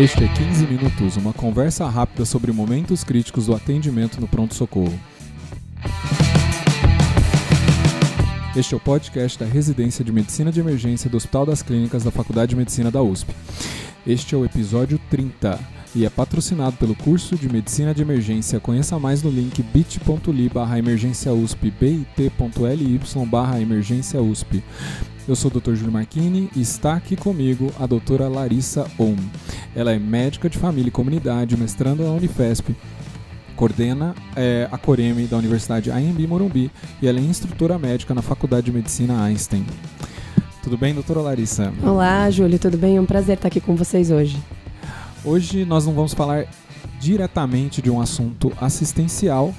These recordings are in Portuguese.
Este é 15 Minutos, uma conversa rápida sobre momentos críticos do atendimento no pronto-socorro. Este é o podcast da Residência de Medicina de Emergência do Hospital das Clínicas da Faculdade de Medicina da USP. Este é o episódio 30 e é patrocinado pelo curso de Medicina de Emergência. Conheça mais no link bit.ly/emergênciausp, bit.ly/emergênciausp. Eu sou o Dr. Júlio Marchini e está aqui comigo a doutora Larissa Ohm. Ela é médica de família e comunidade, mestranda na Unifesp, coordena a Coreme da Universidade Anhembi Morumbi e ela é instrutora médica na Faculdade de Medicina Einstein. Tudo bem, doutora Larissa? Olá, Júlio, tudo bem? É um prazer estar aqui com vocês hoje. Hoje nós não vamos falar diretamente de um assunto assistencial,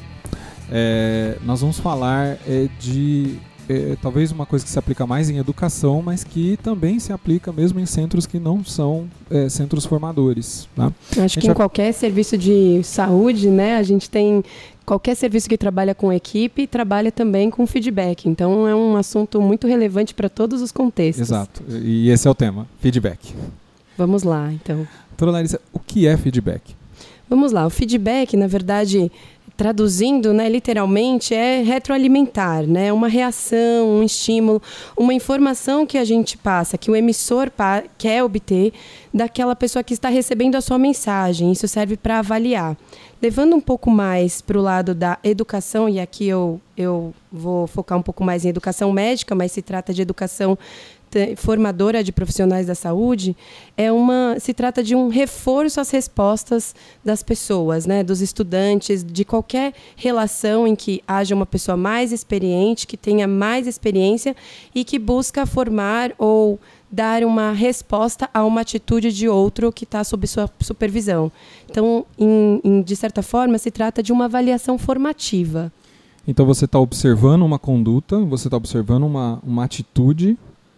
nós vamos falar de talvez uma coisa que se aplica mais em educação, mas que também se aplica mesmo em centros que não são centros formadores. Tá? Acho que em qualquer serviço de saúde, né, a gente tem qualquer serviço que trabalha com equipe, trabalha também com feedback. Então é um assunto muito relevante para todos os contextos. Exato, e esse é o tema, feedback. Vamos lá, então. Doutora Larissa, o que é feedback? Vamos lá, o feedback, na verdade, traduzindo, né, literalmente, é retroalimentar, né, uma reação, um estímulo, uma informação que a gente passa, que o emissor quer obter daquela pessoa que está recebendo a sua mensagem. Isso serve para avaliar. Levando um pouco mais para o lado da educação, e aqui eu vou focar um pouco mais em educação médica, mas se trata de educação formadora de profissionais da saúde, se trata de um reforço às respostas das pessoas, né, dos estudantes, de qualquer relação em que haja uma pessoa mais experiente, que tenha mais experiência e que busca formar ou dar uma resposta a uma atitude de outro que está sob sua supervisão. Então, de certa forma, se trata de uma avaliação formativa. Então, você está observando uma conduta, você está observando uma atitude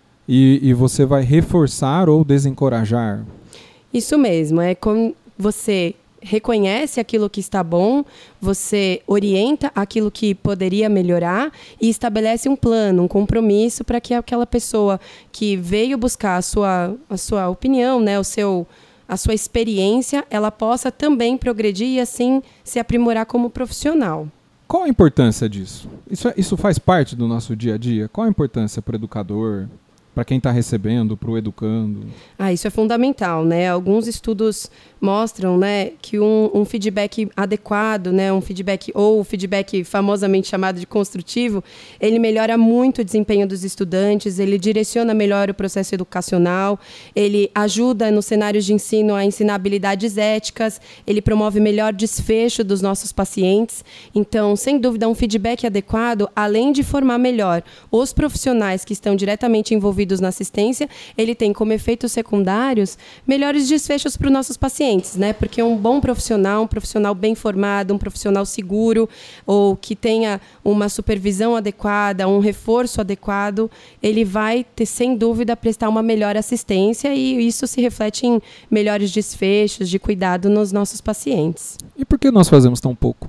e você vai reforçar ou desencorajar? Isso mesmo, é como você reconhece aquilo que está bom, você orienta aquilo que poderia melhorar e estabelece um plano, um compromisso para que aquela pessoa que veio buscar a sua opinião, né, a sua experiência, ela possa também progredir e assim se aprimorar como profissional. Qual a importância disso? Isso faz parte do nosso dia a dia? Qual a importância para o educador? Para quem está recebendo, para o educando? Isso é fundamental, né? Alguns estudos mostram, né, que um feedback adequado, né, um feedback ou o feedback famosamente chamado de construtivo, ele melhora muito o desempenho dos estudantes, ele direciona melhor o processo educacional, ele ajuda nos cenários de ensino a ensinar habilidades éticas, ele promove melhor desfecho dos nossos pacientes. Então, sem dúvida, um feedback adequado, além de formar melhor os profissionais que estão diretamente envolvidos na assistência, ele tem como efeitos secundários melhores desfechos para os nossos pacientes, né? Porque um bom profissional, um profissional bem formado, um profissional seguro ou que tenha uma supervisão adequada, um reforço adequado, ele vai ter, sem dúvida, prestar uma melhor assistência e isso se reflete em melhores desfechos de cuidado nos nossos pacientes. E por que nós fazemos tão pouco?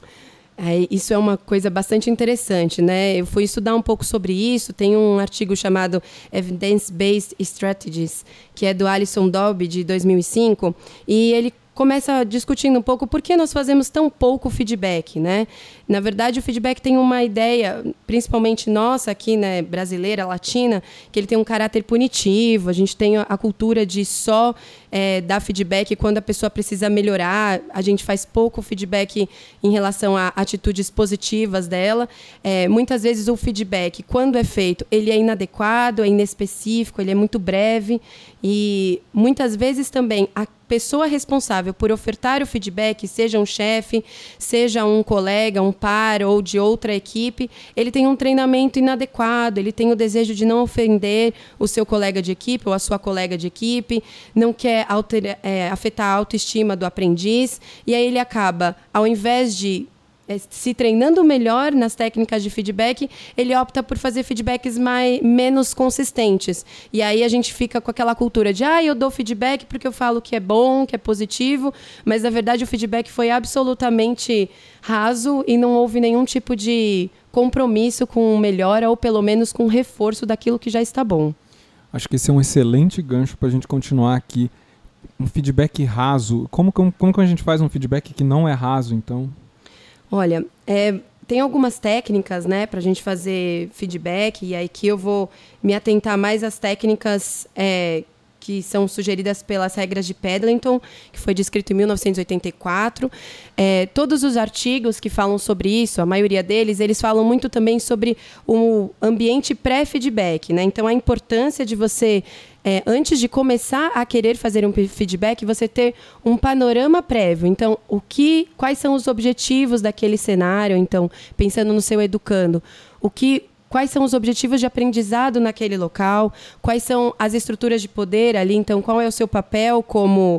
Isso é uma coisa bastante interessante, né? Eu fui estudar um pouco sobre isso. Tem um artigo chamado Evidence-Based Strategies, que é do Alison Dobbie, de 2005, e ele começa discutindo um pouco por que nós fazemos tão pouco feedback, né? Na verdade, o feedback tem uma ideia, principalmente nossa aqui, né, brasileira, latina, que ele tem um caráter punitivo. A gente tem a cultura de só dar feedback quando a pessoa precisa melhorar. A gente faz pouco feedback em relação a atitudes positivas dela. Muitas vezes o feedback, quando é feito, ele é inadequado, é inespecífico, ele é muito breve. E muitas vezes também a pessoa responsável por ofertar o feedback, seja um chefe, seja um colega, um par ou de outra equipe, ele tem um treinamento inadequado, ele tem o desejo de não ofender o seu colega de equipe ou a sua colega de equipe, não quer afetar a autoestima do aprendiz, e aí ele acaba, ao invés de se treinando melhor nas técnicas de feedback, ele opta por fazer feedbacks menos consistentes. E aí a gente fica com aquela cultura de eu dou feedback porque eu falo que é bom, que é positivo, mas na verdade o feedback foi absolutamente raso e não houve nenhum tipo de compromisso com melhora ou pelo menos com reforço daquilo que já está bom. Acho que esse é um excelente gancho para a gente continuar aqui um feedback raso. Como que a gente faz um feedback que não é raso, então? Olha, tem algumas técnicas, né, para a gente fazer feedback, e aí que eu vou me atentar mais às técnicas que são sugeridas pelas regras de Paddington, que foi descrito em 1984. Todos os artigos que falam sobre isso, a maioria deles, eles falam muito também sobre o ambiente pré-feedback, né? Então, a importância de você, antes de começar a querer fazer um feedback, você ter um panorama prévio. Então, quais são os objetivos daquele cenário? Então, pensando no seu educando, quais são os objetivos de aprendizado naquele local, quais são as estruturas de poder ali, então qual é o seu papel como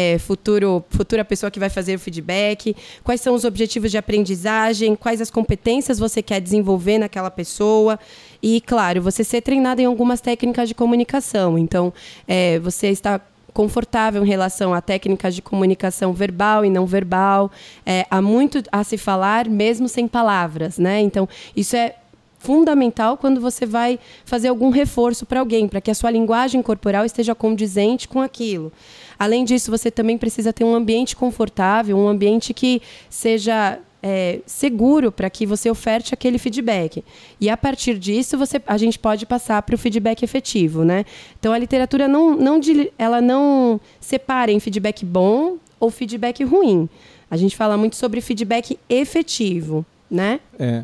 futura pessoa que vai fazer o feedback, quais são os objetivos de aprendizagem, quais as competências você quer desenvolver naquela pessoa e, claro, você ser treinado em algumas técnicas de comunicação. Então, você está confortável em relação a técnicas de comunicação verbal e não verbal, há muito a se falar mesmo sem palavras, né? Então, isso é fundamental quando você vai fazer algum reforço para alguém, para que a sua linguagem corporal esteja condizente com aquilo. Além disso, você também precisa ter um ambiente confortável, um ambiente que seja seguro para que você oferte aquele feedback. E a partir disso, a gente pode passar para o feedback efetivo, né? Então, a literatura ela não separa em feedback bom ou feedback ruim. A gente fala muito sobre feedback efetivo, né?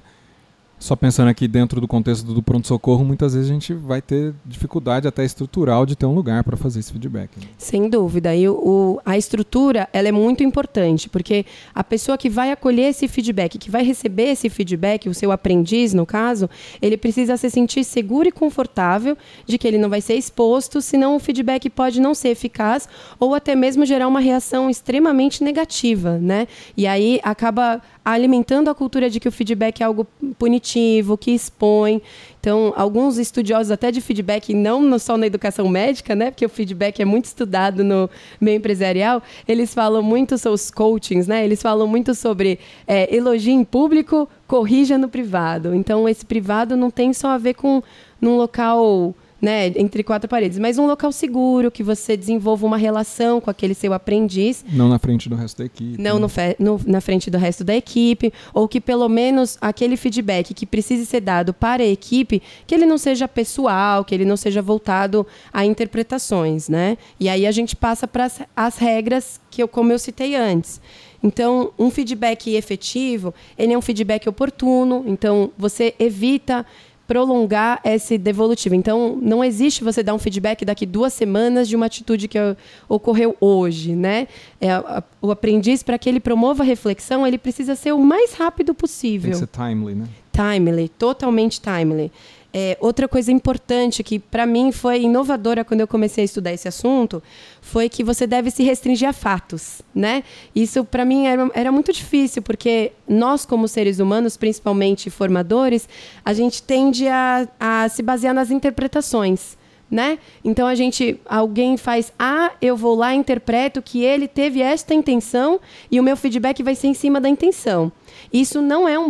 Só pensando aqui dentro do contexto do pronto-socorro, muitas vezes a gente vai ter dificuldade até estrutural de ter um lugar para fazer esse feedback. Né? Sem dúvida. E a estrutura ela é muito importante, porque a pessoa que vai acolher esse feedback, que vai receber esse feedback, o seu aprendiz, no caso, ele precisa se sentir seguro e confortável de que ele não vai ser exposto, senão o feedback pode não ser eficaz ou até mesmo gerar uma reação extremamente negativa, né? E aí acaba alimentando a cultura de que o feedback é algo punitivo, que expõe. Então, alguns estudiosos até de feedback, não só na educação médica, né, porque o feedback é muito estudado no meio empresarial, eles falam muito sobre os coachings, né, eles falam muito sobre elogio em público, corrija no privado. Então, esse privado não tem só a ver com num local, né, entre quatro paredes, mas um local seguro, que você desenvolva uma relação com aquele seu aprendiz. Não na frente do resto da equipe. Não na frente do resto da equipe, ou que pelo menos aquele feedback que precise ser dado para a equipe, que ele não seja pessoal, que ele não seja voltado a interpretações, né? E aí a gente passa para as regras como eu citei antes. Então, um feedback efetivo, ele é um feedback oportuno, então você evita prolongar esse devolutivo. Então, não existe você dar um feedback daqui 2 semanas de uma atitude que ocorreu hoje, né? O aprendiz, para que ele promova a reflexão, ele precisa ser o mais rápido possível. Tem que ser timely, né? Timely, totalmente timely. Outra coisa importante que, para mim, foi inovadora quando eu comecei a estudar esse assunto, foi que você deve se restringir a fatos, né? Isso, para mim, era muito difícil, porque nós, como seres humanos, principalmente formadores, a gente tende a se basear nas interpretações, né? Então, alguém faz eu vou lá e interpreto que ele teve esta intenção e o meu feedback vai ser em cima da intenção. Isso não é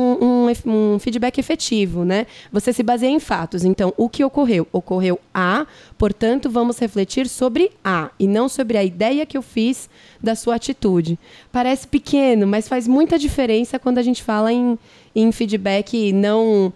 um feedback efetivo, né? Você se baseia em fatos. Então, o que ocorreu? Ocorreu A, portanto, vamos refletir sobre A e não sobre a ideia que eu fiz da sua atitude. Parece pequeno, mas faz muita diferença quando a gente fala em feedback não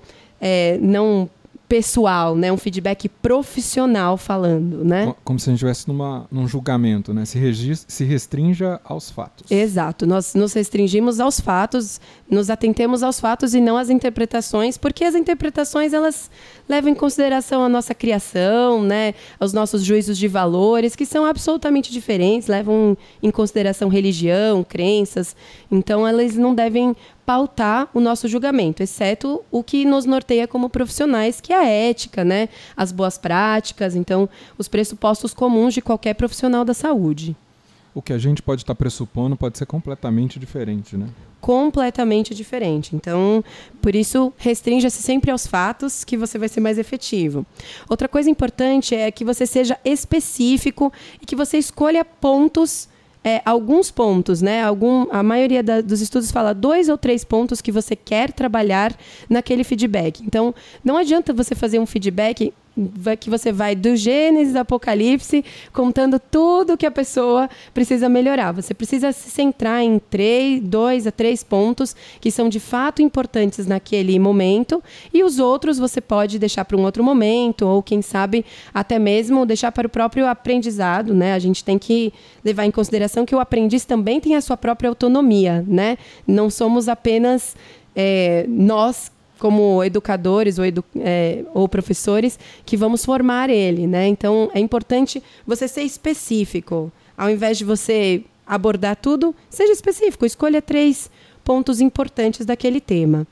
pessoal, né? Um feedback profissional falando, né? Como se a gente estivesse num julgamento, né? Se restrinja aos fatos. Exato. Nós nos restringimos aos fatos, nos atentemos aos fatos e não às interpretações, porque as interpretações, elas levam em consideração a nossa criação, né? Os nossos juízos de valores, que são absolutamente diferentes, levam em consideração religião, crenças. Então, elas não devem pautar o nosso julgamento, exceto o que nos norteia como profissionais, que é a ética, né? As boas práticas, então, os pressupostos comuns de qualquer profissional da saúde. O que a gente pode estar pressupondo pode ser completamente diferente, né? Completamente diferente. Então, por isso, restrinja-se sempre aos fatos, que você vai ser mais efetivo. Outra coisa importante é que você seja específico e que você escolha pontos, alguns pontos, né? A maioria dos estudos fala 2 ou 3 pontos que você quer trabalhar naquele feedback. Então, não adianta você fazer um feedback que você vai do Gênesis ao Apocalipse, contando tudo que a pessoa precisa melhorar. Você precisa se centrar em 2 a 3 pontos que são de fato importantes naquele momento, e os outros você pode deixar para um outro momento, ou quem sabe até mesmo deixar para o próprio aprendizado, né? A gente tem que levar em consideração que o aprendiz também tem a sua própria autonomia, né? Não somos apenas nós, como educadores ou professores, que vamos formar ele, né? Então, é importante você ser específico. Ao invés de você abordar tudo, seja específico. Escolha 3 pontos importantes daquele tema.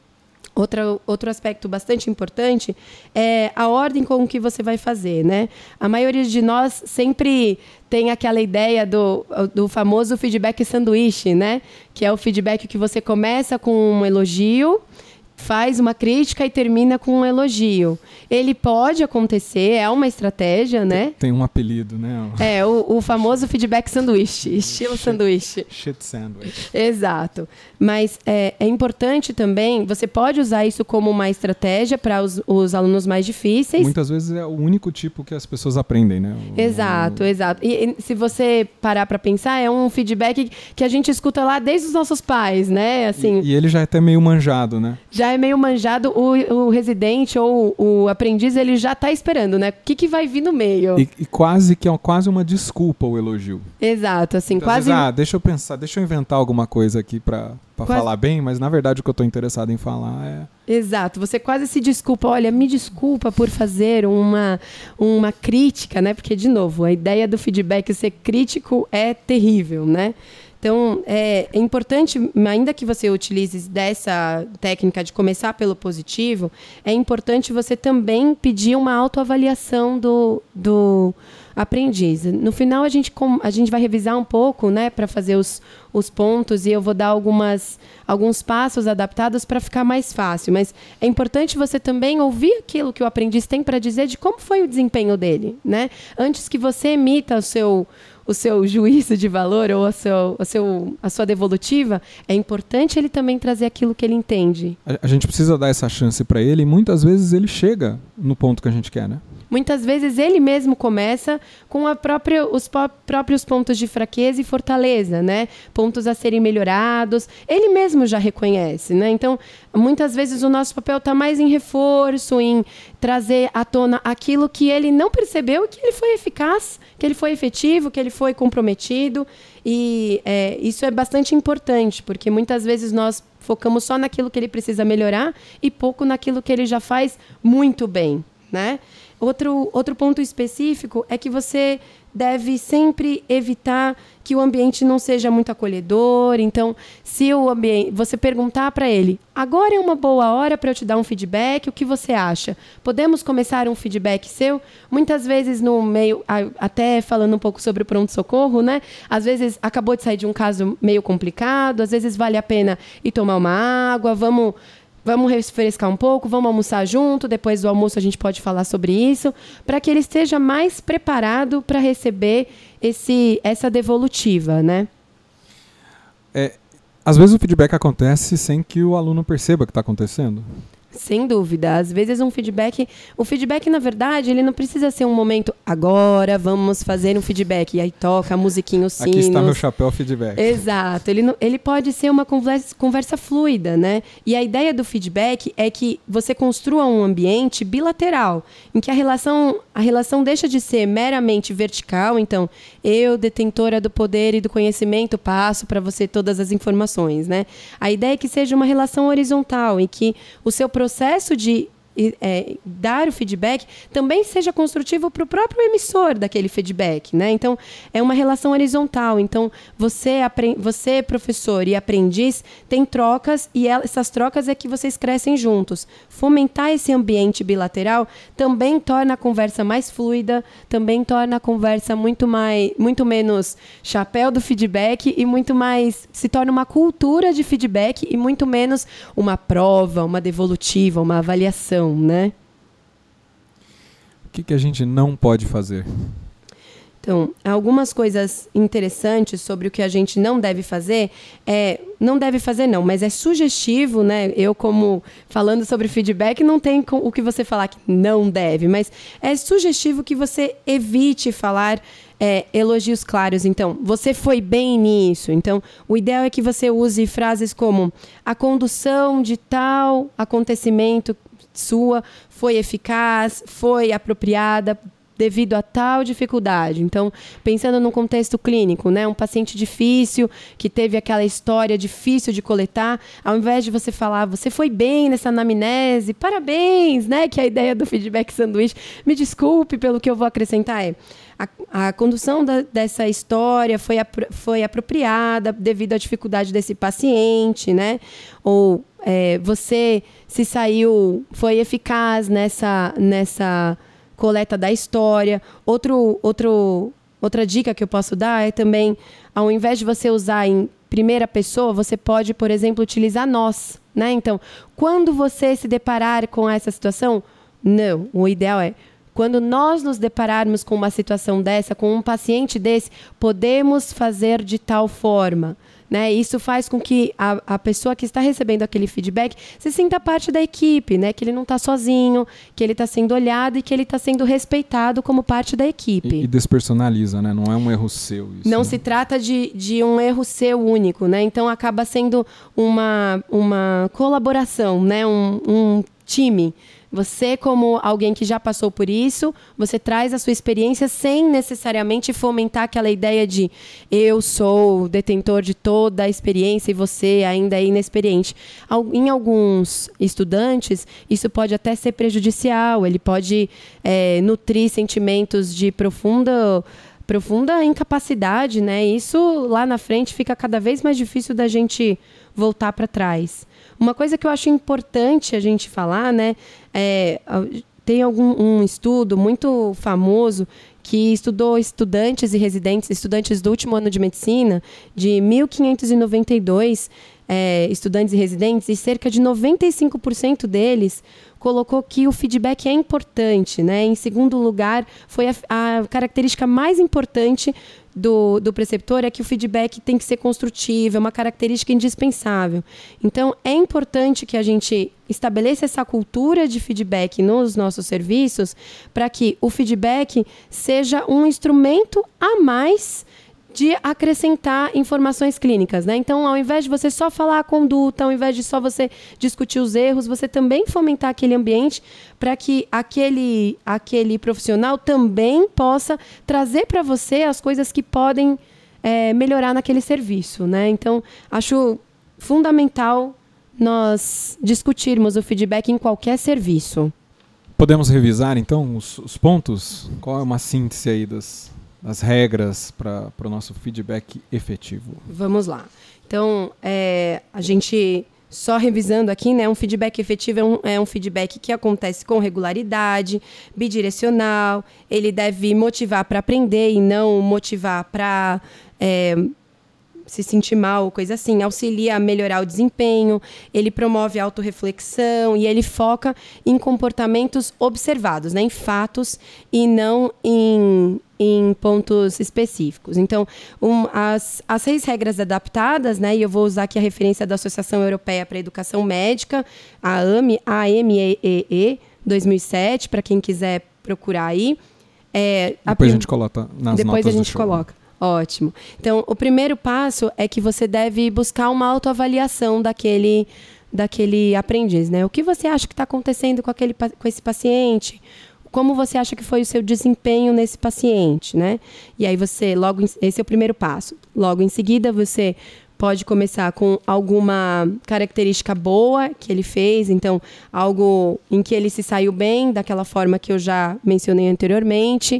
Outro aspecto bastante importante é a ordem com que você vai fazer, né? A maioria de nós sempre tem aquela ideia do famoso feedback sanduíche, né? Que é o feedback que você começa com um elogio, faz uma crítica e termina com um elogio. Ele pode acontecer, é uma estratégia, né? Tem um apelido, né? O famoso feedback sanduíche, estilo sanduíche. Shit sandwich. Exato. Mas é importante também, você pode usar isso como uma estratégia para os alunos mais difíceis. Muitas vezes é o único tipo que as pessoas aprendem, né? Exato. E se você parar para pensar, é um feedback que a gente escuta lá desde os nossos pais, né? Assim, e ele já é até meio manjado, né? Já é meio manjado, o residente ou o aprendiz, ele já está esperando, né? O que vai vir no meio? E quase que é quase uma desculpa o elogio. Exato, assim, Então, quase... Às vezes, deixa eu pensar, deixa eu inventar alguma coisa aqui para falar bem, mas na verdade o que eu estou interessado em falar é... Exato, você quase se desculpa, olha, me desculpa por fazer uma crítica, né? Porque, de novo, a ideia do feedback ser crítico é terrível, né? Então, é importante, ainda que você utilize dessa técnica de começar pelo positivo, é importante você também pedir uma autoavaliação do aprendiz. No final, a gente vai revisar um pouco, né, para fazer os pontos, e eu vou dar alguns passos adaptados para ficar mais fácil. Mas é importante você também ouvir aquilo que o aprendiz tem para dizer de como foi o desempenho dele, né? Antes que você emita o seu juízo de valor ou a sua devolutiva, é importante ele também trazer aquilo que ele entende. A gente precisa dar essa chance para ele, e muitas vezes ele chega no ponto que a gente quer, né? Muitas vezes ele mesmo começa com os próprios pontos de fraqueza e fortaleza, né? Pontos a serem melhorados. Ele mesmo já reconhece, né? Então, muitas vezes o nosso papel está mais em reforço, em trazer à tona aquilo que ele não percebeu, que ele foi eficaz, que ele foi efetivo, que ele foi comprometido. E isso é bastante importante, porque muitas vezes nós focamos só naquilo que ele precisa melhorar e pouco naquilo que ele já faz muito bem, né? Outro ponto específico é que você deve sempre evitar que o ambiente não seja muito acolhedor. Então, se você perguntar para ele, agora é uma boa hora para eu te dar um feedback, o que você acha? Podemos começar um feedback seu? Muitas vezes no meio, até falando um pouco sobre o pronto-socorro, né? Às vezes acabou de sair de um caso meio complicado, às vezes vale a pena ir tomar uma água, vamos refrescar um pouco, vamos almoçar junto, depois do almoço a gente pode falar sobre isso, para que ele esteja mais preparado para receber essa devolutiva, né? Às vezes o feedback acontece sem que o aluno perceba que está acontecendo. Sem dúvida. Às vezes o feedback, na verdade, ele não precisa ser um momento, agora vamos fazer um feedback, e aí toca a musiquinha, os sinos. Aqui está meu chapéu feedback. Exato. Ele pode ser uma conversa fluida, né? E a ideia do feedback é que você construa um ambiente bilateral, em que a relação deixa de ser meramente vertical, então eu, detentora do poder e do conhecimento, passo para você todas as informações, né? A ideia é que seja uma relação horizontal, em que o seu processo de dar o feedback também seja construtivo para o próprio emissor daquele feedback, né? Então, é uma relação horizontal. Então, você, professor e aprendiz, tem trocas, e essas trocas é que vocês crescem juntos. Fomentar esse ambiente bilateral também torna a conversa mais fluida, também torna a conversa muito menos chapéu do feedback e muito mais... se torna uma cultura de feedback e muito menos uma prova, uma devolutiva, uma avaliação, né? O que a gente não pode fazer? Então, algumas coisas interessantes sobre o que a gente não deve fazer mas é sugestivo, né? Eu, como falando sobre feedback, não tem o que você falar que não deve, mas é sugestivo que você evite falar elogios claros. Então, você foi bem nisso. Então, o ideal é que você use frases como: a condução de tal acontecimento sua foi eficaz, foi apropriada devido a tal dificuldade. Então, pensando num contexto clínico, né? Um paciente difícil, que teve aquela história difícil de coletar, ao invés de você falar, você foi bem nessa anamnese, parabéns, né? Que é a ideia do feedback sanduíche. Me desculpe pelo que eu vou acrescentar. A condução dessa história foi apropriada devido à dificuldade desse paciente, né? Ou você se saiu, foi eficaz nessa coleta da história. Outra dica que eu posso dar é também, ao invés de você usar em primeira pessoa, você pode, por exemplo, utilizar nós, né? Então, quando você se deparar com essa situação, não, o ideal é: quando nós nos depararmos com uma situação dessa, com um paciente desse, podemos fazer de tal forma, né? Isso faz com que a pessoa que está recebendo aquele feedback se sinta parte da equipe, né? Que ele não está sozinho, que ele está sendo olhado e que ele está sendo respeitado como parte da equipe. E despersonaliza, né? Não é um erro seu. Isso, não né? se trata de um erro seu único, né? Então acaba sendo uma colaboração, né? Um time. Você, como alguém que já passou por isso, você traz a sua experiência sem necessariamente fomentar aquela ideia de eu sou o detentor de toda a experiência e você ainda é inexperiente. Em alguns estudantes, isso pode até ser prejudicial, ele pode nutrir sentimentos de profunda incapacidade, né? Isso lá na frente fica cada vez mais difícil da gente voltar para trás. Uma coisa que eu acho importante a gente falar, né? Tem um estudo muito famoso que estudou estudantes e residentes, estudantes do último ano de medicina, de 1592 estudantes e residentes, e cerca de 95% deles colocou que o feedback é importante, né? Em segundo lugar, foi a característica mais importante do preceptor é que o feedback tem que ser construtivo, é uma característica indispensável. Então, é importante que a gente estabeleça essa cultura de feedback nos nossos serviços para que o feedback seja um instrumento a mais de acrescentar informações clínicas, né? Então, ao invés de você só falar a conduta, ao invés de só você discutir os erros, você também fomentar aquele ambiente para que aquele profissional também possa trazer para você as coisas que podem melhorar naquele serviço, né? Então, acho fundamental nós discutirmos o feedback em qualquer serviço. Podemos revisar, então, os pontos? Qual é uma síntese aí das regras para o nosso feedback efetivo? Vamos lá. Então, a gente, só revisando aqui, né, um feedback efetivo é um feedback que acontece com regularidade, bidirecional, ele deve motivar para aprender e não motivar para se sentir mal, coisa assim, auxilia a melhorar o desempenho, ele promove a autorreflexão e ele foca em comportamentos observados, né, em fatos e não em pontos específicos. Então, as 6 regras adaptadas, né, e eu vou usar aqui a referência da Associação Europeia para a Educação Médica, a AMEE 2007, para quem quiser procurar aí. Depois a gente coloca nas notas do show. Depois a gente coloca. Ótimo. Então, o primeiro passo é que você deve buscar uma autoavaliação daquele aprendiz, né? O que você acha que está acontecendo com esse paciente? Como você acha que foi o seu desempenho nesse paciente, né? E aí esse é o primeiro passo. Logo em seguida, você pode começar com alguma característica boa que ele fez, então, algo em que ele se saiu bem, daquela forma que eu já mencionei anteriormente.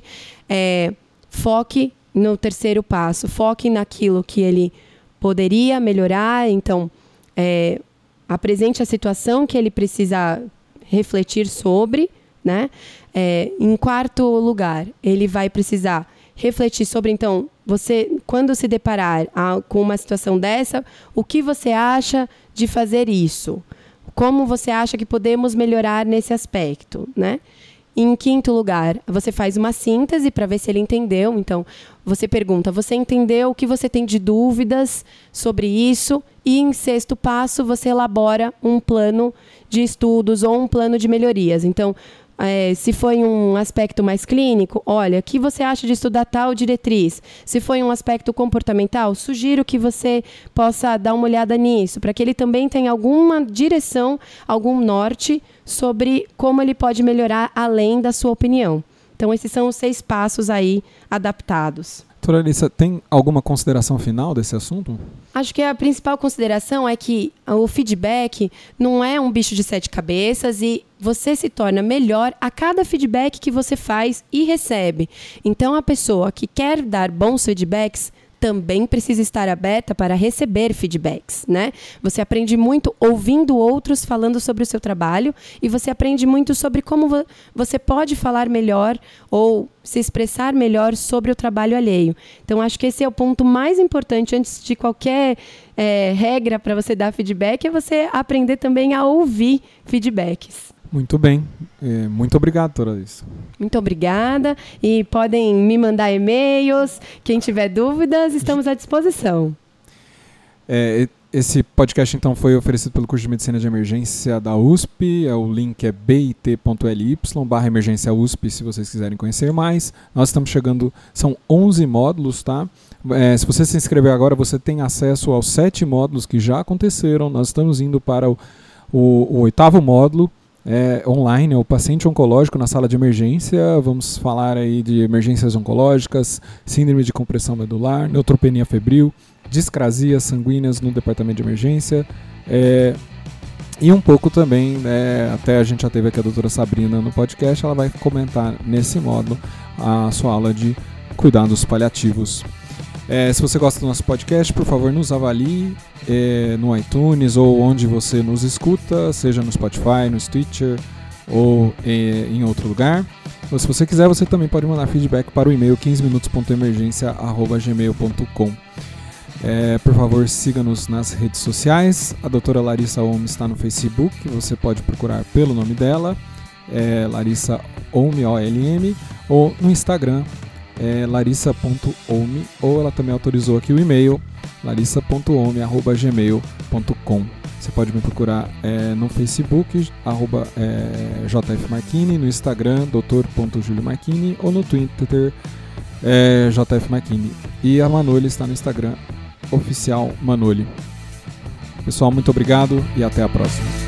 Foque no terceiro passo, foque naquilo que ele poderia melhorar, então, apresente a situação que ele precisa refletir sobre, né? Em quarto lugar, ele vai precisar refletir sobre, então, você, quando se deparar com uma situação dessa, o que você acha de fazer isso? Como você acha que podemos melhorar nesse aspecto, né? E em quinto lugar, você faz uma síntese para ver se ele entendeu. Então, você pergunta, você entendeu o que você tem de dúvidas sobre isso? E em sexto passo, você elabora um plano de estudos ou um plano de melhorias. Então, se foi um aspecto mais clínico, olha, o que você acha de estudar tal diretriz? Se foi um aspecto comportamental, sugiro que você possa dar uma olhada nisso, para que ele também tenha alguma direção, algum norte sobre como ele pode melhorar além da sua opinião. Então, esses são os 6 passos aí adaptados. Doutora Larissa, tem alguma consideração final desse assunto? Acho que a principal consideração é que o feedback não é um bicho de 7 cabeças e você se torna melhor a cada feedback que você faz e recebe. Então, a pessoa que quer dar bons feedbacks também precisa estar aberta para receber feedbacks, né? Você aprende muito ouvindo outros falando sobre o seu trabalho e você aprende muito sobre como você pode falar melhor ou se expressar melhor sobre o trabalho alheio. Então, acho que esse é o ponto mais importante antes de qualquer regra para você dar feedback, é você aprender também a ouvir feedbacks. Muito bem. Muito obrigado, doutora Larissa. Muito obrigada. E podem me mandar e-mails. Quem tiver dúvidas, estamos à disposição. Esse podcast, então, foi oferecido pelo curso de Medicina de Emergência da USP. O link é bit.ly/emergência USP, se vocês quiserem conhecer mais. Nós estamos chegando... São 11 módulos, tá? Se você se inscrever agora, você tem acesso aos 7 módulos que já aconteceram. Nós estamos indo para o 8º módulo. Online, é o paciente oncológico na sala de emergência. Vamos falar aí de emergências oncológicas, síndrome de compressão medular, neutropenia febril, discrasias sanguíneas no departamento de emergência e um pouco também, até a gente já teve aqui a doutora Sabrina no podcast, ela vai comentar nesse módulo a sua aula de cuidados paliativos. Se você gosta do nosso podcast, por favor, nos avalie no iTunes ou onde você nos escuta, seja no Spotify, no Stitcher ou em outro lugar. Ou se você quiser, você também pode mandar feedback para o e-mail 15minutos.emergência@gmail.com. Por favor, siga-nos nas redes sociais. A doutora Larissa Ohm está no Facebook, você pode procurar pelo nome dela, Larissa Ohm, OLM, ou no Instagram, larissa.ohm, ou ela também autorizou aqui o e-mail larissa.ohm@gmail.com. Você pode me procurar no Facebook, @jfmarchini, no Instagram, dr.juliomarchini, ou no Twitter, jfmarchini. E a Manoli está no Instagram, oficial Manoli. Pessoal, muito obrigado e até a próxima.